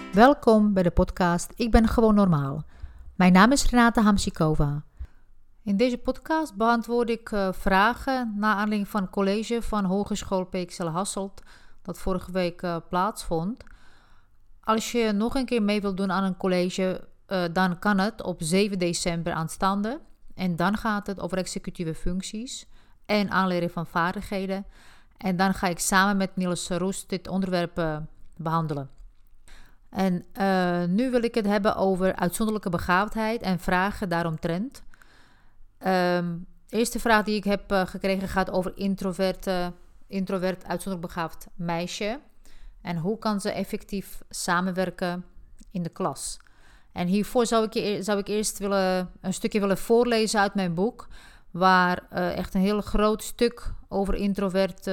Welkom bij de podcast Ik ben gewoon normaal. Mijn naam is Renate Hamsikova. In deze podcast beantwoord ik vragen naar aanleiding van een college van Hogeschool PXL Hasselt dat vorige week plaatsvond. Als je nog een keer mee wilt doen aan een college, dan kan het op 7 december aanstaande. En dan gaat het over executieve functies en aanleren van vaardigheden. En dan ga ik samen met Niels Roest dit onderwerp behandelen. En nu wil ik het hebben over uitzonderlijke begaafdheid en vragen daaromtrent. De eerste vraag die ik heb gekregen gaat over introvert uitzonderlijk begaafd meisje. En hoe kan ze effectief samenwerken in de klas? En hiervoor zou ik eerst een stukje willen voorlezen uit mijn boek, waar echt een heel groot stuk over introvert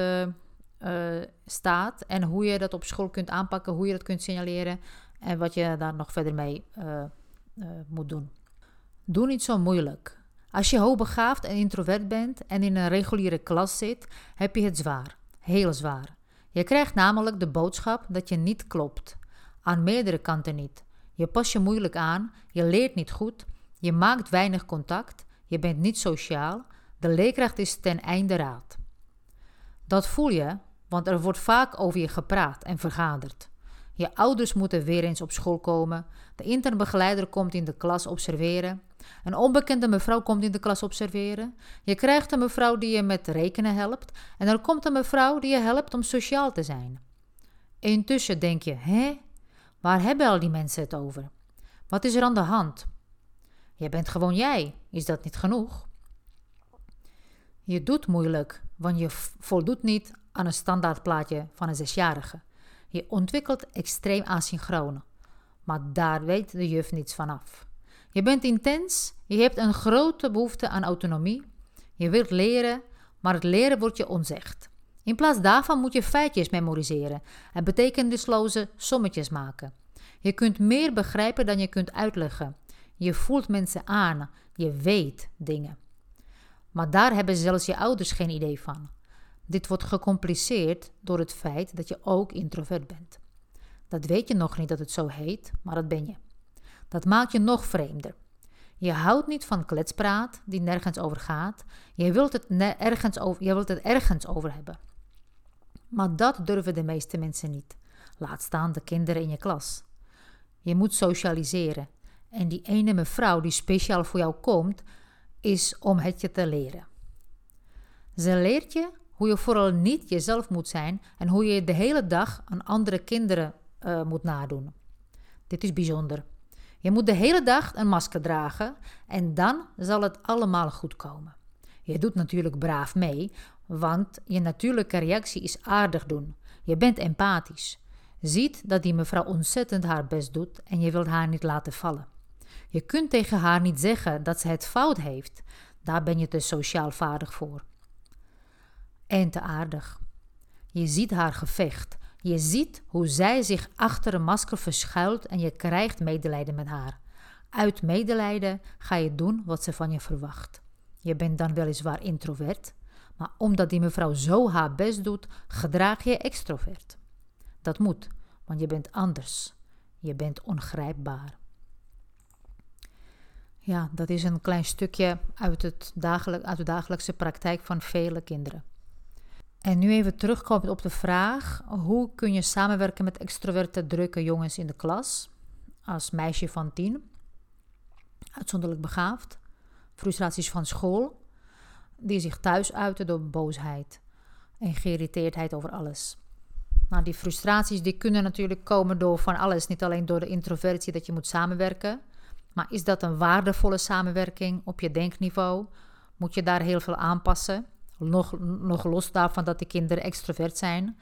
staat en hoe je dat op school kunt aanpakken, hoe je dat kunt signaleren en wat je daar nog verder mee moet doen. Doe niet zo moeilijk. Als je hoogbegaafd en introvert bent en in een reguliere klas zit, heb je het zwaar. Heel zwaar. Je krijgt namelijk de boodschap dat je niet klopt. Aan meerdere kanten niet. Je past je moeilijk aan, je leert niet goed, je maakt weinig contact, je bent niet sociaal, de leerkracht is ten einde raad. Dat voel je, want er wordt vaak over je gepraat en vergaderd. Je ouders moeten weer eens op school komen, de interne begeleider komt in de klas observeren, een onbekende mevrouw komt in de klas observeren, je krijgt een mevrouw die je met rekenen helpt en er komt een mevrouw die je helpt om sociaal te zijn. Intussen denk je, waar hebben al die mensen het over? Wat is er aan de hand? Je bent gewoon jij, is dat niet genoeg? Je doet moeilijk, want je voldoet niet aan een standaardplaatje van een 6-jarige. Je ontwikkelt extreem asynchroon, maar daar weet de juf niets van af. Je bent intens, je hebt een grote behoefte aan autonomie. Je wilt leren, maar het leren wordt je ontzegd. In plaats daarvan moet je feitjes memoriseren en betekenisloze sommetjes maken. Je kunt meer begrijpen dan je kunt uitleggen. Je voelt mensen aan, je weet dingen. Maar daar hebben zelfs je ouders geen idee van. Dit wordt gecompliceerd door het feit dat je ook introvert bent. Dat weet je nog niet dat het zo heet, maar dat ben je. Dat maakt je nog vreemder. Je houdt niet van kletspraat die nergens over gaat. Je wilt het ergens over hebben. Maar dat durven de meeste mensen niet. Laat staan de kinderen in je klas. Je moet socialiseren. En die ene mevrouw die speciaal voor jou komt, is om het je te leren. Ze leert je hoe je vooral niet jezelf moet zijn en hoe je de hele dag aan andere kinderen moet nadoen. Dit is bijzonder. Je moet de hele dag een masker dragen en dan zal het allemaal goed komen. Je doet natuurlijk braaf mee, want je natuurlijke reactie is aardig doen. Je bent empathisch. Ziet dat die mevrouw ontzettend haar best doet en je wilt haar niet laten vallen. Je kunt tegen haar niet zeggen dat ze het fout heeft. Daar ben je te sociaal vaardig voor. En te aardig. Je ziet haar gevecht. Je ziet hoe zij zich achter een masker verschuilt en je krijgt medelijden met haar. Uit medelijden ga je doen wat ze van je verwacht. Je bent dan weliswaar introvert, maar omdat die mevrouw zo haar best doet, gedraag je extrovert. Dat moet, want je bent anders. Je bent ongrijpbaar. Ja, dat is een klein stukje uit de dagelijkse praktijk van vele kinderen. En nu even terugkomen op de vraag, hoe kun je samenwerken met extroverte, drukke jongens in de klas? Als meisje van 10, uitzonderlijk begaafd, frustraties van school, die zich thuis uiten door boosheid en geïrriteerdheid over alles. Nou, die frustraties die kunnen natuurlijk komen door van alles, niet alleen door de introversie dat je moet samenwerken, maar is dat een waardevolle samenwerking op je denkniveau? Moet je daar heel veel aanpassen? Nog los daarvan dat de kinderen extrovert zijn.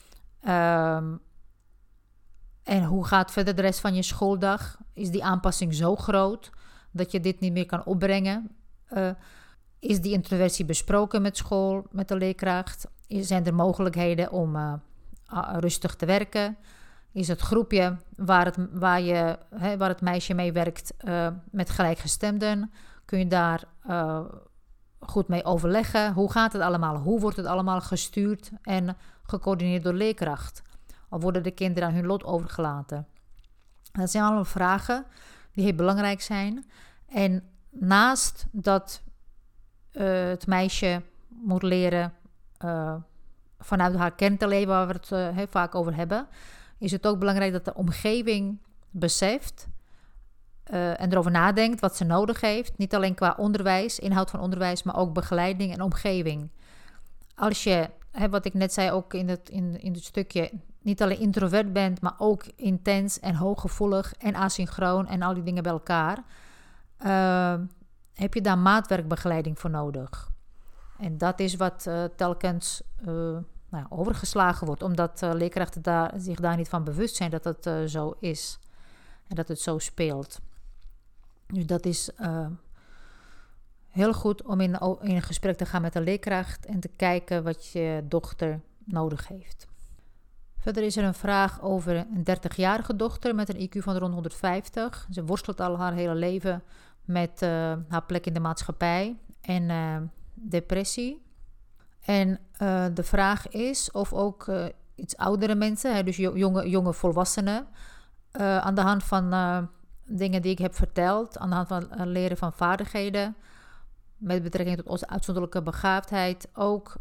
En hoe gaat verder de rest van je schooldag? Is die aanpassing zo groot dat je dit niet meer kan opbrengen? Is die introversie besproken met school, met de leerkracht? Zijn er mogelijkheden om rustig te werken? Is het groepje waar het meisje mee werkt met gelijkgestemden? Kun je daar goed mee overleggen? Hoe gaat het allemaal? Hoe wordt het allemaal gestuurd en gecoördineerd door leerkracht? Of worden de kinderen aan hun lot overgelaten? Dat zijn allemaal vragen die heel belangrijk zijn. En naast dat het meisje moet leren vanuit haar kerntalent, waar we het heel vaak over hebben, is het ook belangrijk dat de omgeving beseft en erover nadenkt wat ze nodig heeft. Niet alleen qua onderwijs, inhoud van onderwijs, maar ook begeleiding en omgeving. Als je, wat ik net zei ook in het stukje, niet alleen introvert bent, maar ook intens en hooggevoelig en asynchroon en al die dingen bij elkaar, heb je daar maatwerkbegeleiding voor nodig. En dat is wat telkens overgeslagen wordt, omdat leerkrachten zich daar niet van bewust zijn dat het zo is en dat het zo speelt. Dus dat is heel goed om in een gesprek te gaan met de leerkracht en te kijken wat je dochter nodig heeft. Verder is er een vraag over een 30-jarige dochter met een IQ van rond 150. Ze worstelt al haar hele leven met haar plek in de maatschappij en depressie. En de vraag is of ook iets oudere mensen, dus jonge volwassenen, aan de hand van dingen die ik heb verteld, aan de hand van leren van vaardigheden, met betrekking tot onze uitzonderlijke begaafdheid, ook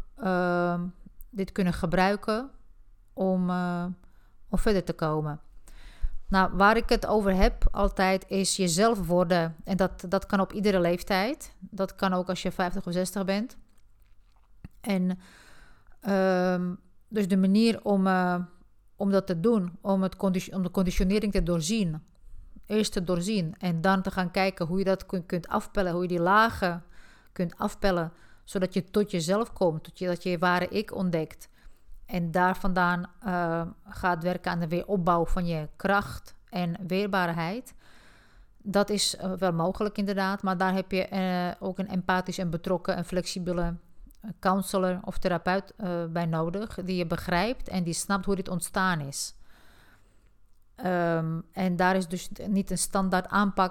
dit kunnen gebruiken om verder te komen. Nou, waar ik het over heb altijd is jezelf worden. En dat kan op iedere leeftijd. Dat kan ook als je 50 of 60 bent. En dus de manier om dat te doen, om de conditionering te doorzien. Eerst te doorzien en dan te gaan kijken hoe je dat kunt afpellen. Hoe je die lagen kunt afpellen, zodat je tot jezelf komt. Dat je je ware ik ontdekt. En daar vandaan gaat werken aan de weeropbouw van je kracht en weerbaarheid. Dat is wel mogelijk inderdaad, maar daar heb je ook een empathisch en betrokken en flexibele counselor of therapeut bij nodig, die je begrijpt en die snapt hoe dit ontstaan is. En daar is dus niet een standaard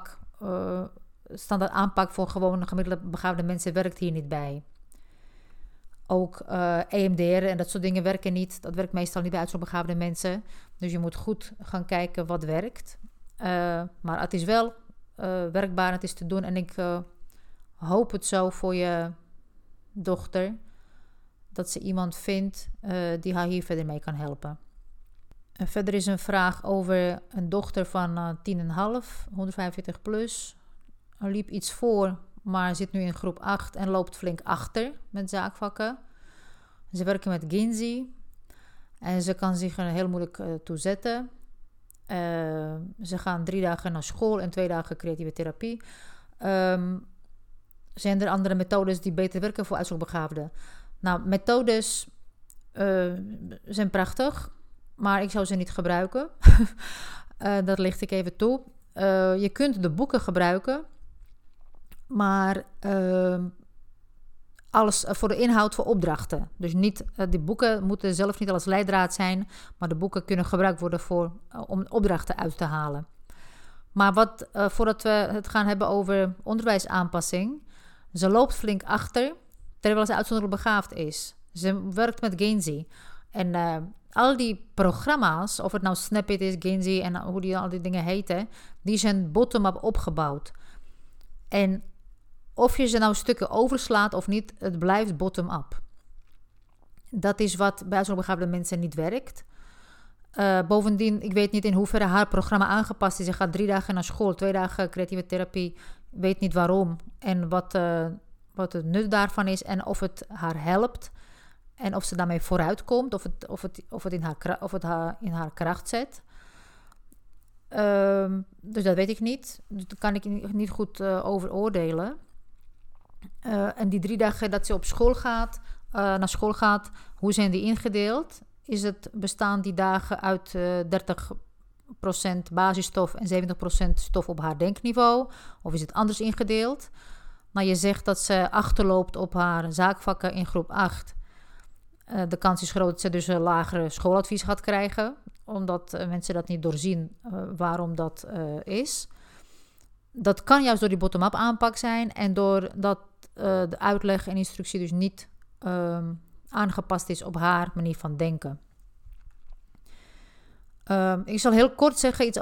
aanpak voor gewoon gemiddelde begaafde mensen werkt hier niet bij. Ook EMDR en dat soort dingen werken niet. Dat werkt meestal niet bij uitzonderlijk begaafde mensen. Dus je moet goed gaan kijken wat werkt. Maar het is wel werkbaar, het is te doen. En ik hoop het zo voor je dochter, dat ze iemand vindt die haar hier verder mee kan helpen. En verder is een vraag over een dochter van 10,5, 145 plus. Er liep iets voor, maar zit nu in groep 8 en loopt flink achter met zaakvakken. Ze werken met Ginzi en ze kan zich er heel moeilijk toe zetten. Ze gaan 3 dagen naar school en 2 dagen creatieve therapie. Zijn er andere methodes die beter werken voor uitzonderlijkbegaafden? Nou, methodes zijn prachtig, maar ik zou ze niet gebruiken. Dat licht ik even toe. Je kunt de boeken gebruiken, maar alles voor de inhoud voor opdrachten. Dus niet, die boeken moeten zelf niet als leidraad zijn, maar de boeken kunnen gebruikt worden om opdrachten uit te halen. Maar voordat we het gaan hebben over onderwijsaanpassing, ze loopt flink achter, terwijl ze uitzonderlijk begaafd is. Ze werkt met Ginzi. En al die programma's, of het nou Snapit is, Ginzi en hoe al die dingen heten, die zijn bottom-up opgebouwd. En of je ze nou stukken overslaat of niet, het blijft bottom-up. Dat is wat bij uitzonderlijk begaafde mensen niet werkt. Bovendien, ik weet niet in hoeverre haar programma aangepast is. Ze gaat 3 dagen naar school, 2 dagen creatieve therapie. Weet niet waarom en wat het nut daarvan is en of het haar helpt. En of ze daarmee vooruitkomt, of het haar in haar kracht zet. Dus dat weet ik niet. Dus daar kan ik niet goed over oordelen. En die 3 dagen dat ze naar school gaat, hoe zijn die ingedeeld? Bestaan die dagen uit 30% basisstof en 70% stof op haar denkniveau? Of is het anders ingedeeld? Nou, je zegt dat ze achterloopt op haar zaakvakken in groep 8. De kans is groot dat ze dus een lagere schooladvies gaat krijgen, omdat mensen dat niet doorzien waarom dat is. Dat kan juist door die bottom-up aanpak zijn en doordat de uitleg en instructie dus niet aangepast is op haar manier van denken. Ik zal heel kort zeggen iets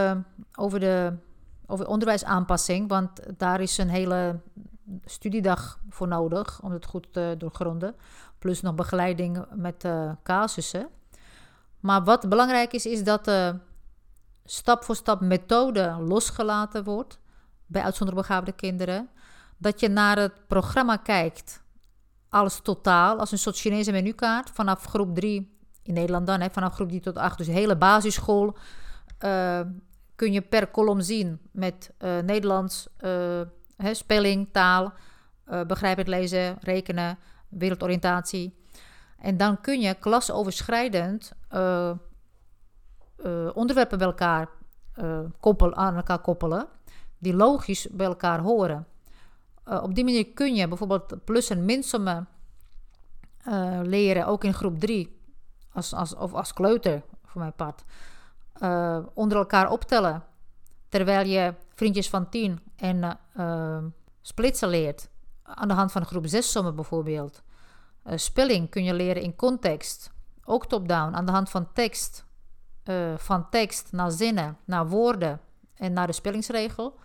over onderwijsaanpassing, want daar is een hele studiedag voor nodig om het goed te doorgronden. Plus nog begeleiding met casussen. Maar wat belangrijk is dat de stap voor stap methode losgelaten wordt bij uitzonderlijk begaafde kinderen. Dat je naar het programma kijkt, alles totaal, als een soort Chinese menukaart. Vanaf groep 3, in Nederland dan, vanaf groep 3 tot 8, dus de hele basisschool, kun je per kolom zien met Nederlands, spelling, taal, begrijpend lezen, rekenen, wereldoriëntatie. En dan kun je klasoverschrijdend onderwerpen bij elkaar aan elkaar koppelen, die logisch bij elkaar horen. Op die manier kun je bijvoorbeeld plus- en minsommen leren, ook in groep 3, als kleuter, voor mijn part. Onder elkaar optellen, terwijl je vriendjes van 10 en splitsen leert. Aan de hand van groep 6 sommen bijvoorbeeld. Spelling kun je leren in context, ook top-down, aan de hand van tekst. Van tekst naar zinnen, naar woorden en naar de spellingsregel.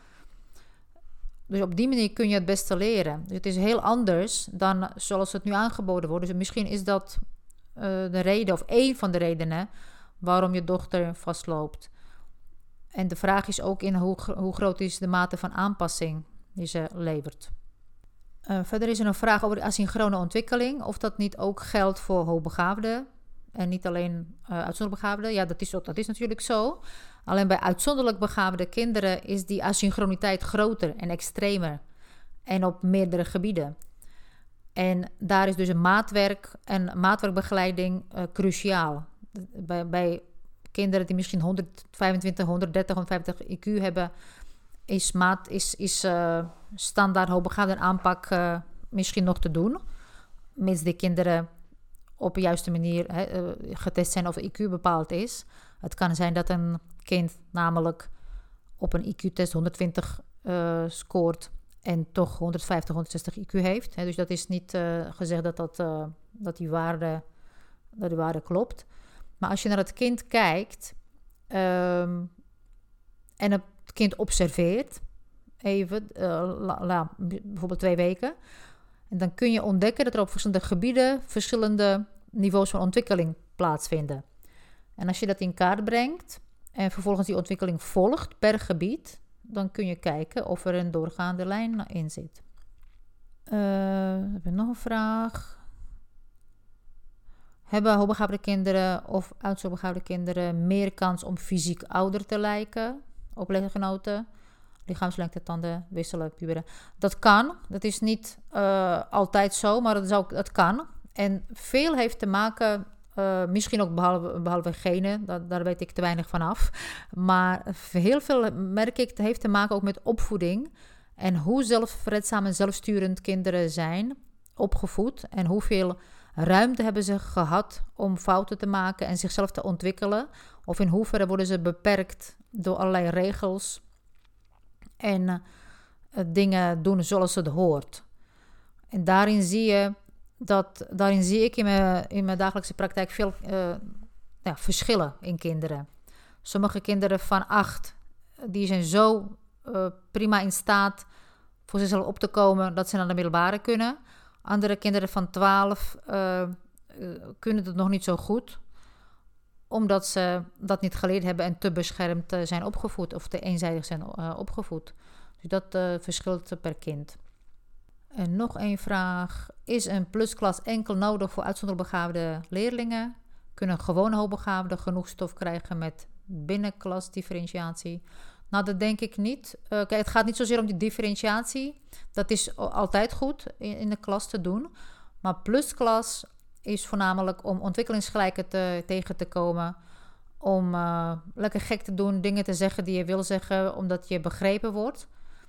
Dus op die manier kun je het beste leren. Dus het is heel anders dan zoals het nu aangeboden wordt. Dus misschien is dat de reden of één van de redenen waarom je dochter vastloopt. En de vraag is ook in hoe groot is de mate van aanpassing die ze levert. Verder is er een vraag over de asynchrone ontwikkeling. Of dat niet ook geldt voor hoogbegaafden. En niet alleen uitzonderlijk begaafden. Ja, dat is natuurlijk zo. Alleen bij uitzonderlijk begaafde kinderen is die asynchroniteit groter en extremer. En op meerdere gebieden. En daar is dus een maatwerk en maatwerkbegeleiding cruciaal. Bij kinderen die misschien 125, 130, 150 IQ hebben, is standaard hoogbegaafde aanpak misschien nog te doen. Mits die kinderen op de juiste manier getest zijn of IQ bepaald is. Het kan zijn dat een kind namelijk op een IQ-test 120 scoort en toch 150, 160 IQ heeft. Dus dat is niet gezegd dat die waarde klopt. Maar als je naar het kind kijkt en het kind observeert, even, bijvoorbeeld 2 weken, en dan kun je ontdekken dat er op verschillende gebieden verschillende niveaus van ontwikkeling plaatsvinden. En als je dat in kaart brengt en vervolgens die ontwikkeling volgt per gebied, dan kun je kijken of er een doorgaande lijn in zit. Heb ik nog een vraag? Hebben hoogbegaafde kinderen of uitzonderlijk begaafde kinderen meer kans om fysiek ouder te lijken op leeftijdsgenoten? Lichaamslengte, tanden, wisselen, puberen. Dat kan. Dat is niet altijd zo, maar het kan. En veel heeft te maken, misschien ook behalve genen, daar weet ik te weinig van af. Maar heel veel, merk ik, heeft te maken ook met opvoeding. En hoe zelfredzaam en zelfsturend kinderen zijn opgevoed. En hoeveel ruimte hebben ze gehad om fouten te maken en zichzelf te ontwikkelen. Of in hoeverre worden ze beperkt door allerlei regels en dingen doen zoals het hoort. En daarin zie ik in mijn dagelijkse praktijk veel verschillen in kinderen. Sommige kinderen van 8, die zijn zo prima in staat voor zichzelf op te komen dat ze naar de middelbare kunnen. Andere kinderen van 12 kunnen het nog niet zo goed, omdat ze dat niet geleerd hebben en te beschermd zijn opgevoed of te eenzijdig zijn opgevoed. Dus dat verschilt per kind. En nog één vraag. Is een plusklas enkel nodig voor uitzonderlijk begaafde leerlingen? Kunnen gewone hoogbegaafden genoeg stof krijgen met binnenklasdifferentiatie? Nou, dat denk ik niet. Kijk, het gaat niet zozeer om die differentiatie. Dat is altijd goed in de klas te doen. Maar plusklas is voornamelijk om ontwikkelingsgelijken tegen te komen. Om lekker gek te doen, dingen te zeggen die je wil zeggen, omdat je begrepen wordt.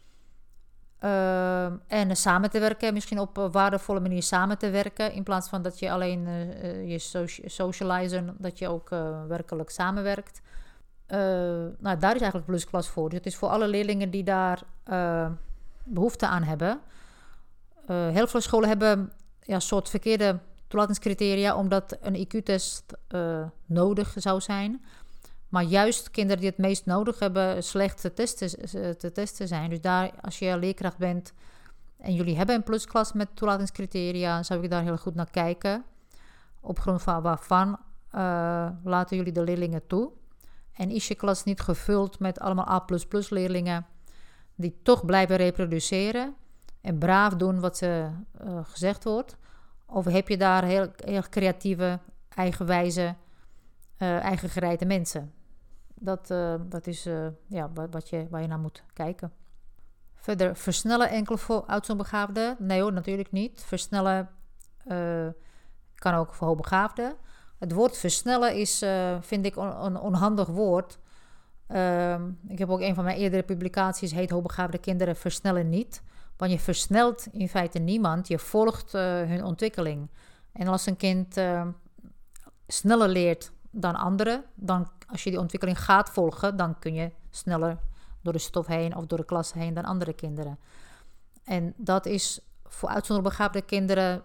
En samen te werken, misschien op een waardevolle manier samen te werken. In plaats van dat je alleen je socializen, dat je ook werkelijk samenwerkt. Daar is eigenlijk plusklas voor. Dus het is voor alle leerlingen die daar behoefte aan hebben. Heel veel scholen hebben een soort verkeerde toelatingscriteria, omdat een IQ-test nodig zou zijn. Maar juist kinderen die het meest nodig hebben, slecht te testen zijn. Dus daar, als je leerkracht bent en jullie hebben een plusklas met toelatingscriteria, zou ik daar heel goed naar kijken. Op grond van waarvan laten jullie de leerlingen toe. En is je klas niet gevuld met allemaal A++ leerlingen die toch blijven reproduceren en braaf doen wat ze gezegd wordt? Of heb je daar heel creatieve, eigenwijze, eigen gereide mensen? Dat is waar je naar moet kijken. Verder, versnellen enkel voor uitzonderbegaafden? Nee hoor, natuurlijk niet. Versnellen kan ook voor hoogbegaafden. Het woord versnellen is, vind ik, een onhandig woord. Ik heb ook een van mijn eerdere publicaties, heet Hoogbegaafde kinderen versnellen niet. Want je versnelt in feite niemand, je volgt hun ontwikkeling. En als een kind sneller leert dan anderen, dan als je die ontwikkeling gaat volgen, dan kun je sneller door de stof heen of door de klas heen dan andere kinderen. En dat is voor uitzonderbegaafde kinderen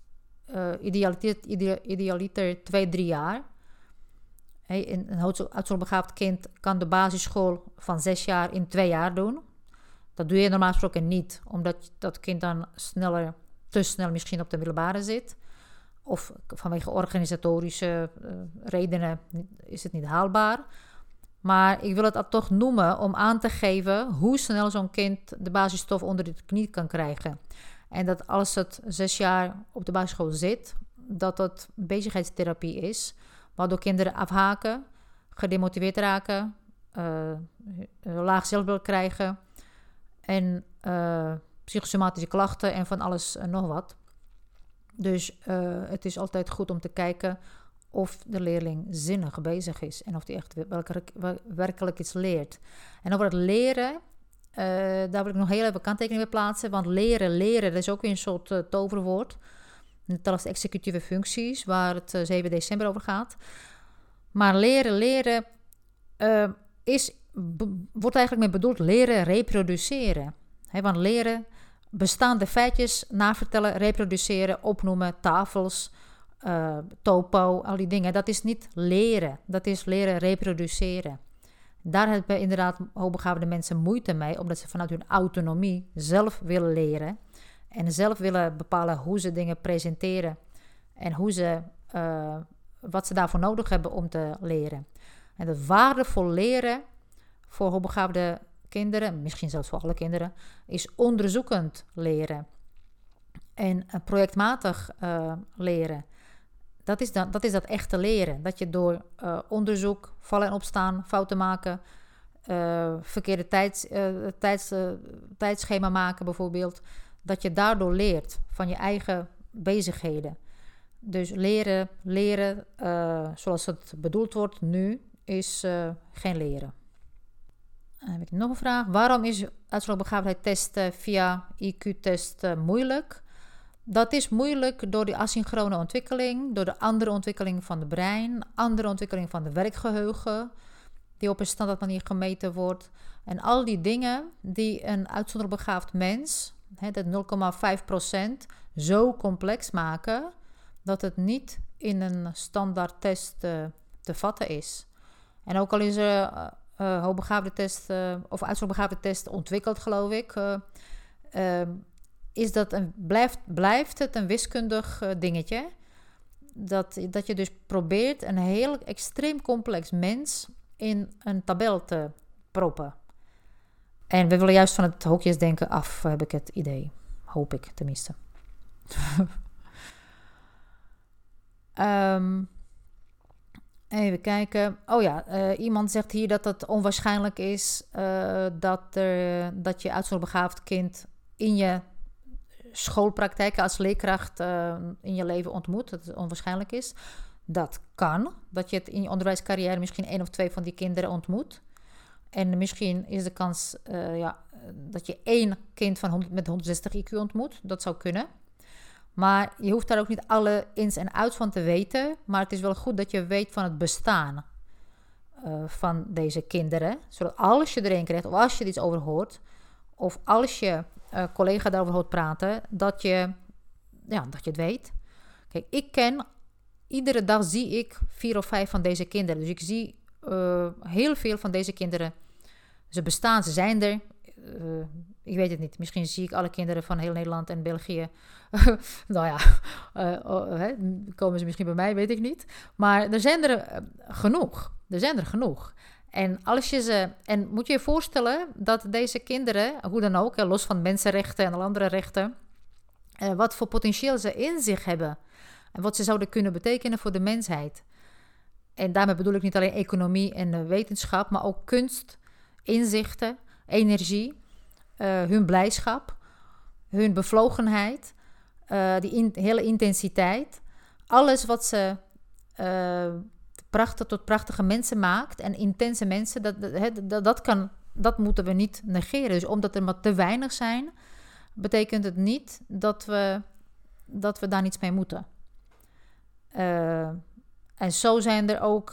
idealiter 2-3 jaar. Een uitzonderbegaafd kind kan de basisschool van 6 jaar in 2 jaar doen. Dat doe je normaal gesproken niet, omdat dat kind dan te snel misschien op de middelbare zit. Of vanwege organisatorische redenen is het niet haalbaar. Maar ik wil het toch noemen om aan te geven hoe snel zo'n kind de basisstof onder de knie kan krijgen. En dat als het 6 jaar op de basisschool zit, dat het bezigheidstherapie is. Waardoor kinderen afhaken, gedemotiveerd raken, laag zelfbeeld krijgen en psychosomatische klachten en van alles en nog wat. Dus het is altijd goed om te kijken of de leerling zinnig bezig is en of hij echt werkelijk iets leert. En over het leren, daar wil ik nog heel even kanttekening bij plaatsen, want leren, dat is ook weer een soort toverwoord. Net als de executieve functies, waar het 7 december over gaat. Maar leren wordt eigenlijk mee bedoeld leren reproduceren. Want leren, bestaande feitjes navertellen, reproduceren, opnoemen, tafels, topo, al die dingen. Dat is niet leren, dat is leren reproduceren. Daar hebben inderdaad hoogbegaafde mensen moeite mee, omdat ze vanuit hun autonomie zelf willen leren. En zelf willen bepalen hoe ze dingen presenteren en wat ze daarvoor nodig hebben om te leren. En dat waardevol leren voor hoogbegaafde kinderen, misschien zelfs voor alle kinderen, is onderzoekend leren. En projectmatig leren. Dat is dat echte leren. Dat je door onderzoek, vallen en opstaan, fouten maken, verkeerde tijdschema maken bijvoorbeeld, dat je daardoor leert van je eigen bezigheden. Dus leren zoals het bedoeld wordt nu, is geen leren. Dan heb ik nog een vraag. Waarom is uitzonderlijke testen via IQ-test moeilijk? Dat is moeilijk door die asynchrone ontwikkeling, door de andere ontwikkeling van het brein, andere ontwikkeling van de werkgeheugen, die op een standaard manier gemeten wordt. En al die dingen die een uitzonderlijk begaafd mens, dat 0,5%, zo complex maken dat het niet in een standaard test te vatten is. En ook al is er hoogbegaafde test of uitzonderlijk test ontwikkeld, geloof ik, blijft het een wiskundig dingetje. Dat je dus probeert een heel extreem complex mens in een tabel te proppen. En we willen juist van het hokjesdenken af, heb ik het idee. Hoop ik tenminste. Even kijken. Oh ja, iemand zegt hier dat het onwaarschijnlijk is dat je uitzonderbegaafd kind in je schoolpraktijk als leerkracht in je leven ontmoet. Dat het onwaarschijnlijk is. Dat kan. Dat je het in je onderwijscarrière misschien 1 of 2 van die kinderen ontmoet. En misschien is de kans dat je 1 kind met 160 IQ ontmoet. Dat zou kunnen. Maar je hoeft daar ook niet alle ins en outs van te weten. Maar het is wel goed dat je weet van het bestaan van deze kinderen. Zodat als je er een krijgt of als je er iets over hoort, of als je collega daarover hoort praten, dat je het weet. Kijk, iedere dag zie ik 4 of 5 van deze kinderen. Dus ik zie heel veel van deze kinderen, ze bestaan, ze zijn er. Ik weet het niet. Misschien zie ik alle kinderen van heel Nederland en België. Nou ja, komen ze misschien bij mij, weet ik niet. Maar er zijn er genoeg. Er zijn er genoeg. En moet je je voorstellen dat deze kinderen, hoe dan ook, los van mensenrechten en alle andere rechten, wat voor potentieel ze in zich hebben. En wat ze zouden kunnen betekenen voor de mensheid. En daarmee bedoel ik niet alleen economie en wetenschap, maar ook kunst, inzichten, energie, hun blijdschap, hun bevlogenheid, die hele intensiteit. Alles wat ze tot prachtige mensen maakt en intense mensen, dat moeten we niet negeren. Dus omdat er maar te weinig zijn, betekent het niet dat we daar niets mee moeten. En zo zijn er ook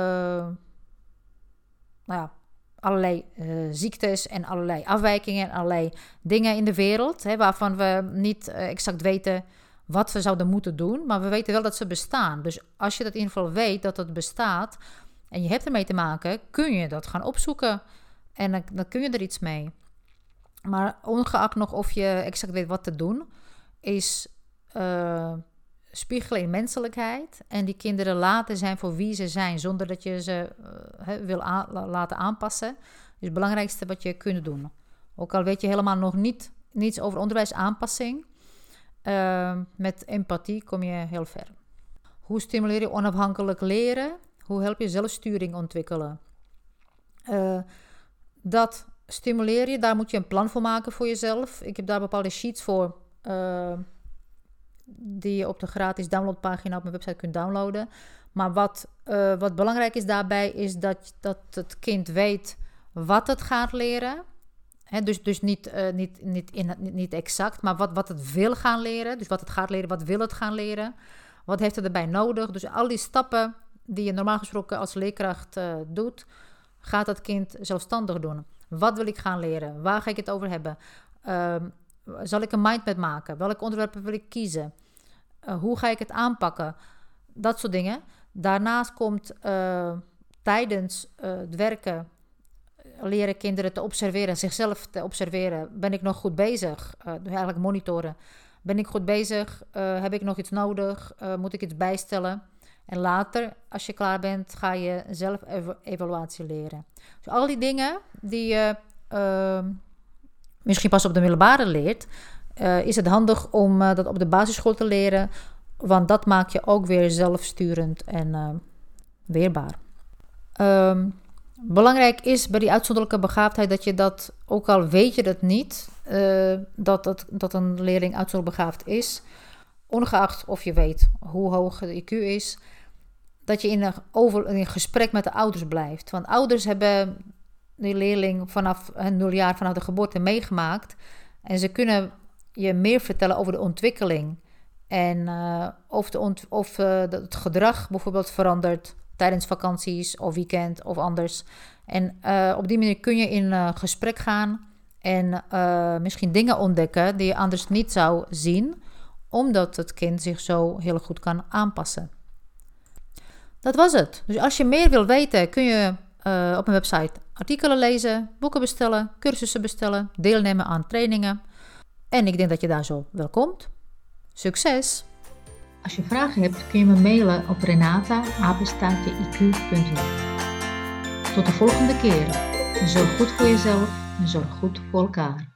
allerlei ziektes en allerlei afwijkingen en allerlei dingen in de wereld, waarvan we niet exact weten wat we zouden moeten doen, maar we weten wel dat ze bestaan. Dus als je dat in ieder geval weet dat het bestaat en je hebt ermee te maken, kun je dat gaan opzoeken en dan kun je er iets mee. Maar ongeacht nog of je exact weet wat te doen, is spiegelen in menselijkheid en die kinderen laten zijn voor wie ze zijn, zonder dat je ze wil laten aanpassen, is het belangrijkste wat je kunt doen. Ook al weet je helemaal nog niets over onderwijsaanpassing, met empathie kom je heel ver. Hoe stimuleer je onafhankelijk leren? Hoe help je zelfsturing ontwikkelen? Dat stimuleer je, daar moet je een plan voor maken voor jezelf. Ik heb daar bepaalde sheets voor, die je op de gratis downloadpagina op mijn website kunt downloaden. Maar wat belangrijk is daarbij, is dat het kind weet wat het gaat leren. Dus niet exact, maar wat het wil gaan leren. Dus wat het gaat leren, wat wil het gaan leren? Wat heeft het erbij nodig? Dus al die stappen die je normaal gesproken als leerkracht doet, gaat dat kind zelfstandig doen. Wat wil ik gaan leren? Waar ga ik het over hebben? Zal ik een mindmap maken? Welke onderwerpen wil ik kiezen? Hoe ga ik het aanpakken? Dat soort dingen. Daarnaast komt tijdens het werken leren kinderen te observeren, zichzelf te observeren. Ben ik nog goed bezig? Eigenlijk monitoren. Ben ik goed bezig? Heb ik nog iets nodig? Moet ik iets bijstellen? En later, als je klaar bent, ga je zelf evaluatie leren. Dus al die dingen die je misschien pas op de middelbare leert, is het handig om dat op de basisschool te leren, want dat maakt je ook weer zelfsturend en weerbaar. Belangrijk is bij die uitzonderlijke begaafdheid dat je dat, ook al weet je dat niet, dat een leerling uitzonderlijk begaafd is, ongeacht of je weet hoe hoog de IQ is, dat je in een gesprek met de ouders blijft. Want ouders hebben die leerling vanaf 0 jaar, vanaf de geboorte meegemaakt. En ze kunnen je meer vertellen over de ontwikkeling. En of het gedrag bijvoorbeeld verandert tijdens vakanties of weekend of anders. En op die manier kun je in gesprek gaan en misschien dingen ontdekken die je anders niet zou zien, omdat het kind zich zo heel goed kan aanpassen. Dat was het. Dus als je meer wil weten, kun je op mijn website artikelen lezen, boeken bestellen, cursussen bestellen, deelnemen aan trainingen. En ik denk dat je daar zo wel komt. Succes! Als je vragen hebt, kun je me mailen op renata@iq.nl. Tot de volgende keer. Zorg goed voor jezelf en zorg goed voor elkaar.